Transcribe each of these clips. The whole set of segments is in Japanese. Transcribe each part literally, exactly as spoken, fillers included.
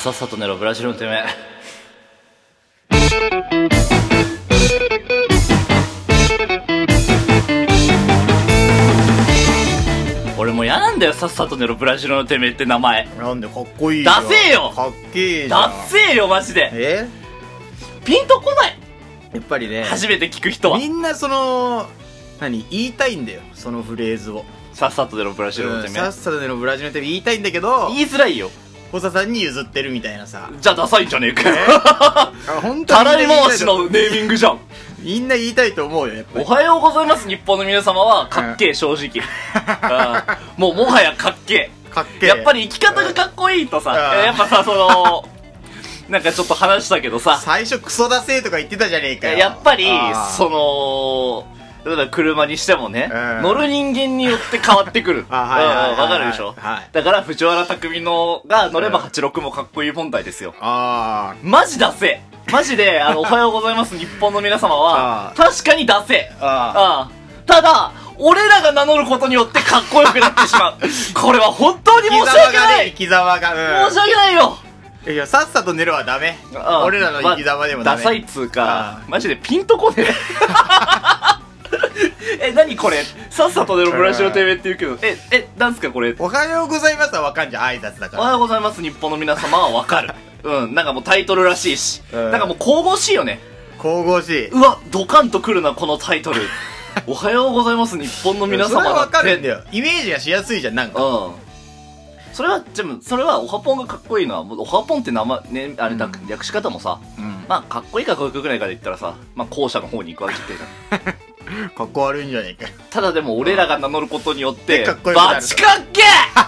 さっさと寝ろブラジルのてめえ。俺もう嫌なんだよ、さっさと寝ろブラジルのてめえって名前。 なんでかっこいいじゃん。 ダセえよ。 かっけえじゃん。 ダッセえよマジで。 えピンとこない。 やっぱりね、 初めて聞く人はみんなその何言いたいんだよ、そのフレーズを。 さっさと寝ろブラジルのてめえ、 うん、さっさと寝ろブラジルのてめえ言いたいんだけど、 言いづらいよ。 小佐さんに譲ってるみたいなさ。 じゃあダサいんじゃねえかよ。 本当たらい回しのネーミングじゃん。 みんな言いたいと思うよ、やっぱり。 おはようございます日本の皆様はかっけえ、正直。うん、もうもはやかっけえ。 かっけえ。 やっぱり生き方がかっこいいとさ、やっぱさ、そのなんかちょっと話したけどさ、 最初クソだせーとか言ってたじゃねえかよ。 やっぱりその例えば車にしてもね、 うん、 乗る人間によって変わってくる。わかるでしょ、 はい、 だから藤原匠のが乗ればはちじゅうろくもかっこいい問題ですよ。 あーマジダセえ。マジであのおはようございます日本の皆様は確かにダセえ。ああただ俺らが名乗ることによってかっこよくなってしまう。これは本当に申し訳ない。 生き様が、ね、 申し訳ないよ。 いや、さっさと寝ろはダメ。俺らの生き様でもダメ。 まあ、ダサいっつうか、マジでピンとこねえ。え、なにこれ、さっさと寝ろブラジルのてめえって言うけど、え、え、なんすかこれ。 おはようございますはわかんじゃん、挨拶だから。 おはようございます日本の皆様はわかる。うん、なんかもうタイトルらしいし、うん、なんかもう神々しいよね。 神々しい。 うわ、ドカンとくるなこのタイトル。おはようございます日本の皆様だって。それはわかるんだよ。イメージがしやすいじゃん、なんか。うん。 それは、でも、それは、おはぽんがかっこいいのは、おはぽんって名前、ね、あれだ、うん、略し方もさ、うん、まあ、かっこいいかかっこよくないかで言ったらさ、まあ、後者の方に行くわけっていうかっこ悪いんじゃねえか。 ただでも、俺らが名乗ることによって、 かっこよくなるバチかっけ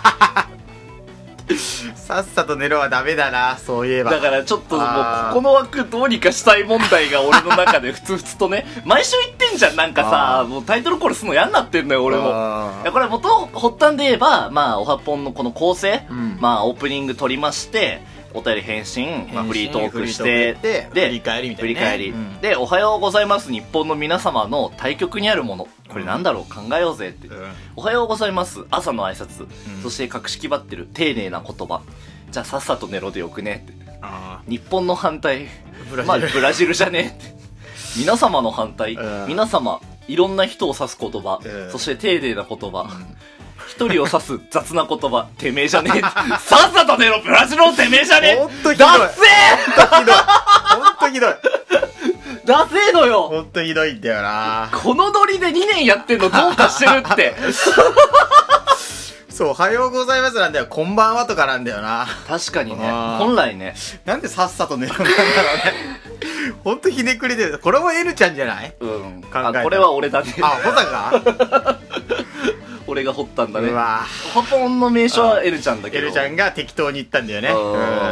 さっさと寝ろはダメだな、そういえば。 だからちょっともうここの枠どうにかしたい問題が俺の中でふつふつとね、毎週言ってんじゃん。なんかさ、もうタイトルコールするの嫌になってんだよ俺も。いやこれ元発端で言えば、まあおはぽんのこの構成、うん、まあオープニング撮りまして、お便り返信、まあ、フリートークして、 で、振り返りみたいな、ね。 振り返り、うん。で、おはようございます日本の皆様の対極にあるもの。これなんだろう、考えようぜって、うん。おはようございます。朝の挨拶。うん、そして隠し気張ってる丁寧な言葉。じゃあさっさと寝ろでよくねって。あ日本の反対。ブラジル。まあ、ブラジルじゃねって。皆様の反対。うん、皆様、いろんな人を指す言葉。うん、そして丁寧な言葉。うん一人を指す雑な言葉、てめえじゃねえ。さっさと寝ろ、ブラジルのてめえじゃねえ。 ほんとひどい。 だっせーほんとひどい。ほんとひどい。 だせえのよ。 ほんとひどいんだよな。 このノリでにねんやってんのどうかしてるって。 そう、おはようございますなんだよ。こんばんはとかなんだよな。 確かにね。本来ね。 なんでさっさと寝ろなんだろうね。ほんとひねくれてる。これも N ちゃんじゃない？ うん。考えあ、これは俺だね。 あ、ほさか俺が掘ったんだね。 うわおはぽんの名称はエルちゃんだけど。 エルちゃんが適当に言ったんだよね。うん。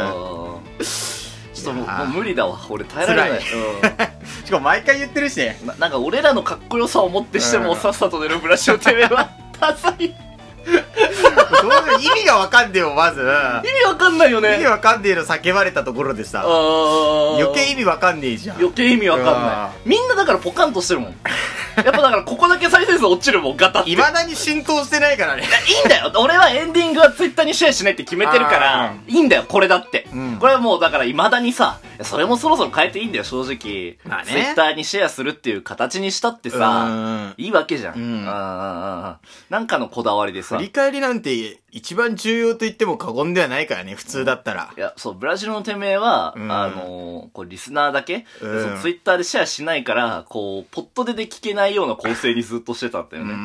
ちょっともう、もう無理だわ。俺耐えられない。うん。 しかも毎回言ってるしね。 な、なんか俺らのかっこよさをもってしても、さっさと寝るブラシをてめえは、ダサい。 意味がわかんねえよ、まず。意味わかんないよね。 意味わかんねえの叫ばれたところでさ。余計意味わかんねえじゃん。 余計意味わかんない。みんなだからポカンとしてるもん。やっぱだからここだけ再生数落ちるもん、ガタって。 未だに浸透してないからね。 いいんだよ。俺はエンディングはツイッターにシェアしないって決めてるから、いいんだよ、これだって。うん、これはもうだから未だにさ、それもそろそろ変えていいんだよ、正直。まあね、ツイッターにシェアするっていう形にしたってさ、いいわけじゃん。うん、なんかのこだわりでさ。 振り返りなんて一番重要と言っても過言ではないからね、普通だったら。 いや、そう、ブラジルのてめえは、うん、あのー、こう、リスナーだけ、うん、そうツイッターでシェアしないから、こう、ポットでで聞けないような構成にずっとしてたんだよね。うん、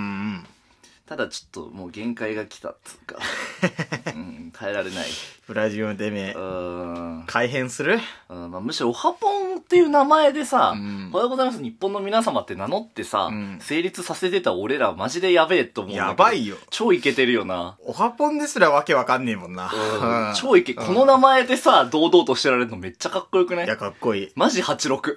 ただちょっともう限界が来たっつうか、うん、耐えられない。 ブラジルのてめえ。うん。改変する？ うん、まあ、むしろおはぽんっていう名前でさ、うん、おはようございます日本の皆様って名乗ってさ、うん、成立させてた俺らマジでやべえと思う。 やばいよ。 超イケてるよな。 おはぽんですらわけわかんねえもんな。 うん、超イケ、この名前でさ、堂々としてられるのめっちゃかっこよくない？ いや、かっこいい。 マジはちじゅうろく。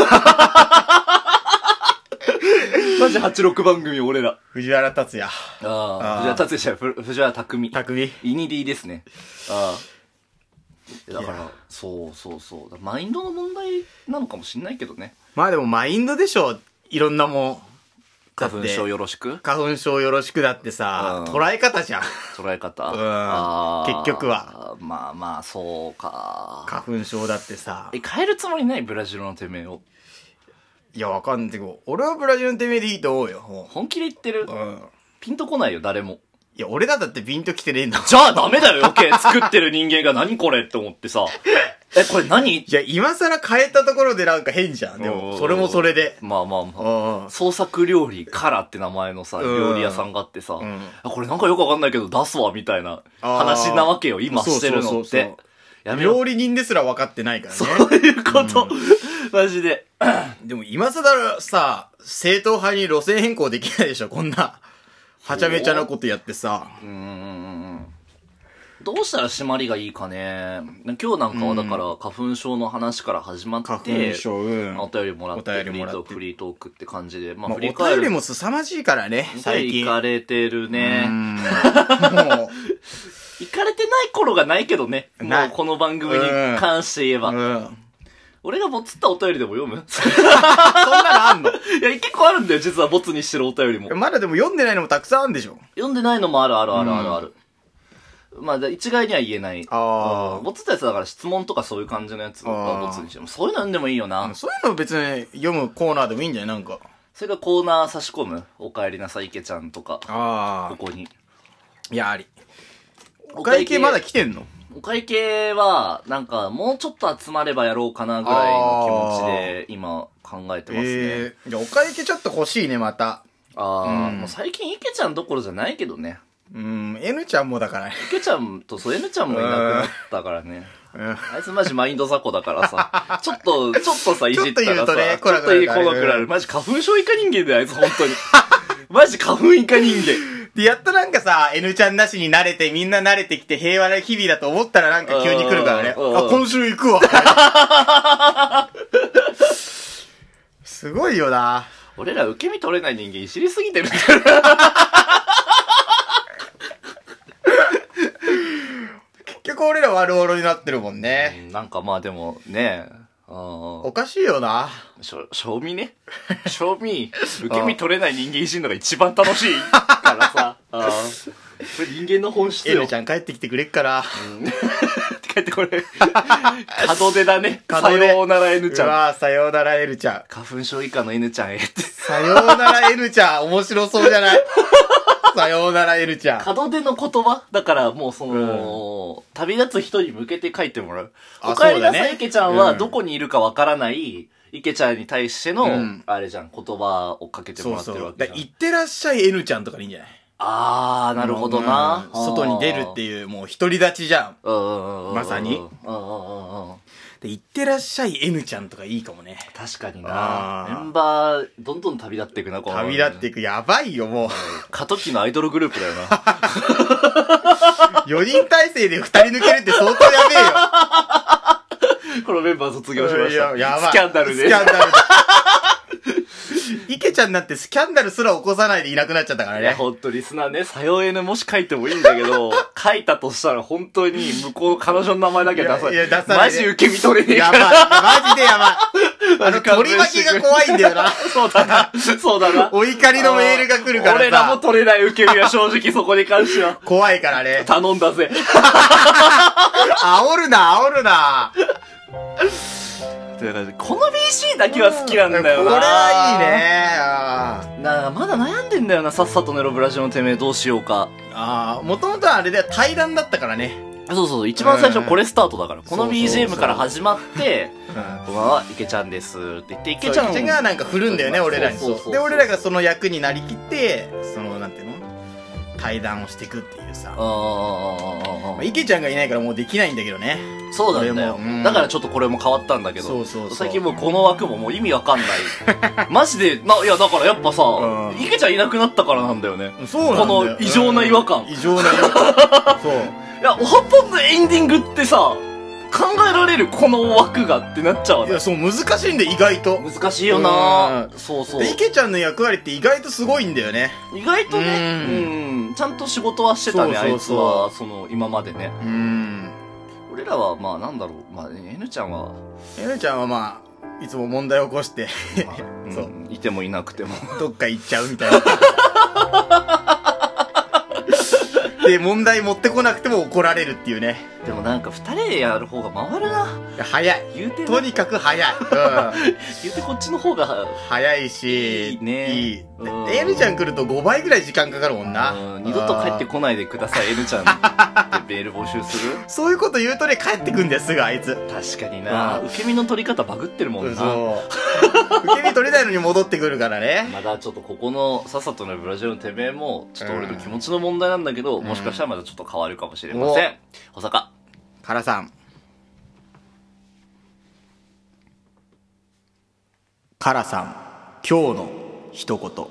マジはちじゅうろく番組俺ら。 藤原達也。 ああ。藤原達也じゃない、藤原匠。 匠。 イニディですね。ああ。だから、そうそうそう。マインドの問題なのかもしんないけどね。 まあでもマインドでしょ。いろんなもん。 花粉症よろしく花粉症よろしくだってさ、捉え方じゃん。 捉え方。 うん。結局は。 あまあまあそうか。 花粉症だってさ。 え、変えるつもりないブラジルのてめえを。 いや、わかんないけど、俺はブラジルのてめえでいいと思うよ。も本気で言ってる、 う。うん。 ピンとこないよ誰も。 いや、俺だってピンと来てねえんだもん。 じゃあダメだよ余計作ってる人間が何これって思ってさ。え、これ何？ いや、今更変えたところでなんか変じゃん。でも、それもそれで。 まあまあまああ。創作料理からって名前のさ、料理屋さんがあってさ、 うん、 あこれなんかよくわかんないけど出すわみたいな話なわけよ、今してるのって。 やめよう。料理人ですら分かってないからね。 そういうこと。うん、マジで。 でも今更さ、正統派に路線変更できないでしょ、こんな。はちゃめちゃなことやってさ。 うんうんうん。どうしたら締まりがいいかね。今日なんかはだから花粉症の話から始まって、花粉症、うん、 お便りもらって、フリートーク、フリートークって感じで、まあ振り返る。 お便りも凄まじいからね、最近。 行かれてるね。もう、行かれてない頃がないけどね。もうこの番組に関して言えば。うんうん俺がボツったお便りでも読むそんなのあんのいや、結構あるんだよ、実はボツにしてるお便りも。 まだでも読んでないのもたくさんあるんでしょ読んでないのもあるあるあるあるある。うん、まあ、一概には言えない。ああ。ボツったやつだから質問とかそういう感じのやつはボツにしても。そういうの読んでもいいよな。 そういうの別に読むコーナーでもいいんじゃないなんか。 それがコーナー差し込むお帰りなさい池ちゃんとか。ああ。ここに。 いや、あり。お会計まだ来てんのお会計は、なんか、もうちょっと集まればやろうかなぐらいの気持ちで、今、考えてますね。えー、じゃあお会計ちょっと欲しいね、また。 ああ、うん、もう最近、池ちゃんどころじゃないけどね。 うん、N ちゃんもだからね。 池ちゃんと、そう、N ちゃんもいなくなったからね。あいつマジマインド雑魚だからさ。ちょっと、ちょっとさ、いじったらさ。ちょっと言うとね、ちょっといいこのくらい。マジ花粉症イカ人間だよ、あいつ、本当に。マジ花粉イカ人間。 で、やっとなんかさ、N ちゃんなしに慣れて、みんな慣れてきて平和な日々だと思ったらなんか急に来るからね。あ、今週行くわ。すごいよな。 俺ら受け身取れない人間いじりすぎてるんだよ。 結局俺ら悪者になってるもんね。 うん、なんかまあでもね、 おかしいよな。 しょ、賞味ね。賞味、受け身取れない人間いじるのが一番楽しいからさ。あそれ人間の本質よ。 エルちゃん帰ってきてくれっから。 うん、帰ってこれ。門出だね。さようなら N ちゃん。 うわさようなら N ちゃん。 花粉症以下の N ちゃんへって。 さようなら N ちゃん。面白そうじゃないさようなら N ちゃん。 門出の言葉だからもうその、うん、旅立つ人に向けて書いてもらう。お帰りなさい池ちゃんはどこにいるかわからない、池ちゃんに対しての、うん、あれじゃん、言葉をかけてもらってるわけじゃん。そうそう。 いってらっしゃい N ちゃんとかでいいんじゃないあー、なるほどな。 うん、外に出るっていう、もう独り立ちじゃん。 うん、 まさに。 うんうんうん。 で、いってらっしゃい N ちゃんとかいいかもね。 確かにな。メンバー、どんどん旅立っていくな、この。 旅立っていく。やばいよ、もう。 過渡期のアイドルグループだよな。 よにん体制でふたり抜けるって相当やべえよ。このメンバー卒業しました。 やばい。 スキャンダルで。 スキャンダルで。池ちゃんなんてスキャンダルすら起こさないでいなくなっちゃったからね。 いや、ほんとリスナーね、さよえぬもし書いてもいいんだけど、書いたとしたら本当に向こう彼女の名前だけ出さない。いや、いや出さない、ね。マジ受け身取れねえから。 やばい。マジでやばい。あの、取り巻きが怖いんだよな。 そうだな。そうだな。 お怒りのメールが来るからさ。 俺らも取れない受け身は正直そこに関しては。 怖いからね。 頼んだぜ。 煽るな、煽るな。 この ビーシー だけは好きなんだよな。 これはいいね。 なあ、まだ悩んでんだよな。さっさと寝ろブラジルのてめえどうしようか。 ああ、もともとはあれで対談だったからね。 そうそう、一番最初これスタートだから。この ビージーエム から始まって、こんばんは、池ちゃんですって言って、池ちゃん。 池ちゃんがなんか振るんだよね、俺らに。で、俺らがその役になりきって、その、なんていうの対談をしていくっていうさ。ああ。池ちゃんがいないからもうできないんだけどね。 そうなんだよ。だからちょっとこれも変わったんだけど。そうそうそう。最近もうこの枠ももう意味わかんない。マジで、な、いやだからやっぱさ、池ちゃんいなくなったからなんだよね。 そうなんだよ。 この異常な違和感。 異常な違和感。そう。 いや、オハポンのエンディングってさ、考えられるこの枠がってなっちゃうわね。 いや、そう、難しいんで、意外と。 難しいよな。そうそう。 で、池ちゃんの役割って意外とすごいんだよね。 意外とね、うん。ちゃんと仕事はしてたね、あいつは。その、今までね。うん。俺らは、まあ、なんだろう。まあ、N ちゃんは。 N ちゃんはまあ、いつも問題を起こして、 そう。いてもいなくても。 どっか行っちゃうみたいな。 で、問題持ってこなくても怒られるっていうね。 でもなんか二人でやる方が回るな。 早い。 言うてとにかく早い。うん。 言うてこっちの方が早いし、 いいね。 いい。N ちゃん来るとごばいぐらい時間かかるもんな。 うん。二度と帰ってこないでください、N ちゃんってメール募集する。 そういうこと言うとね、帰ってくんだよ、すぐあいつ。 確かにな。受け身の取り方バグってるもんな。 そう。受け身取れないのに戻ってくるからね。 まだちょっとここのさっさとのブラジルのてめえも、ちょっと俺の気持ちの問題なんだけど、うん、もしかしたらまだちょっと変わるかもしれません。保坂。 カラさん。カラさん、今日の一言。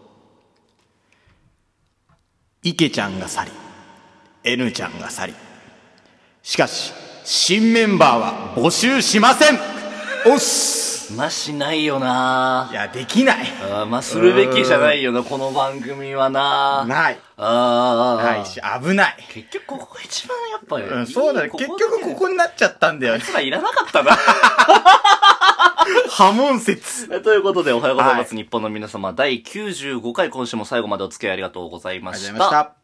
池ちゃんが去り、N ちゃんが去り。しかし、新メンバーは募集しません。おっす。 まあ、しないよないや、できない。 あまあ、するべきじゃないよな、この番組はなない。 ああ。 ないし、危ない。 結局ここが一番やっぱり。 うん、そうだね。結局ここになっちゃったんだよね。 あいつらいらなかったな。 破門説。 ということで、おはようございます。はい、日本の皆様、だいきゅうじゅうごかい、今週も最後までお付き合いありがとうございました。ありがとうございました。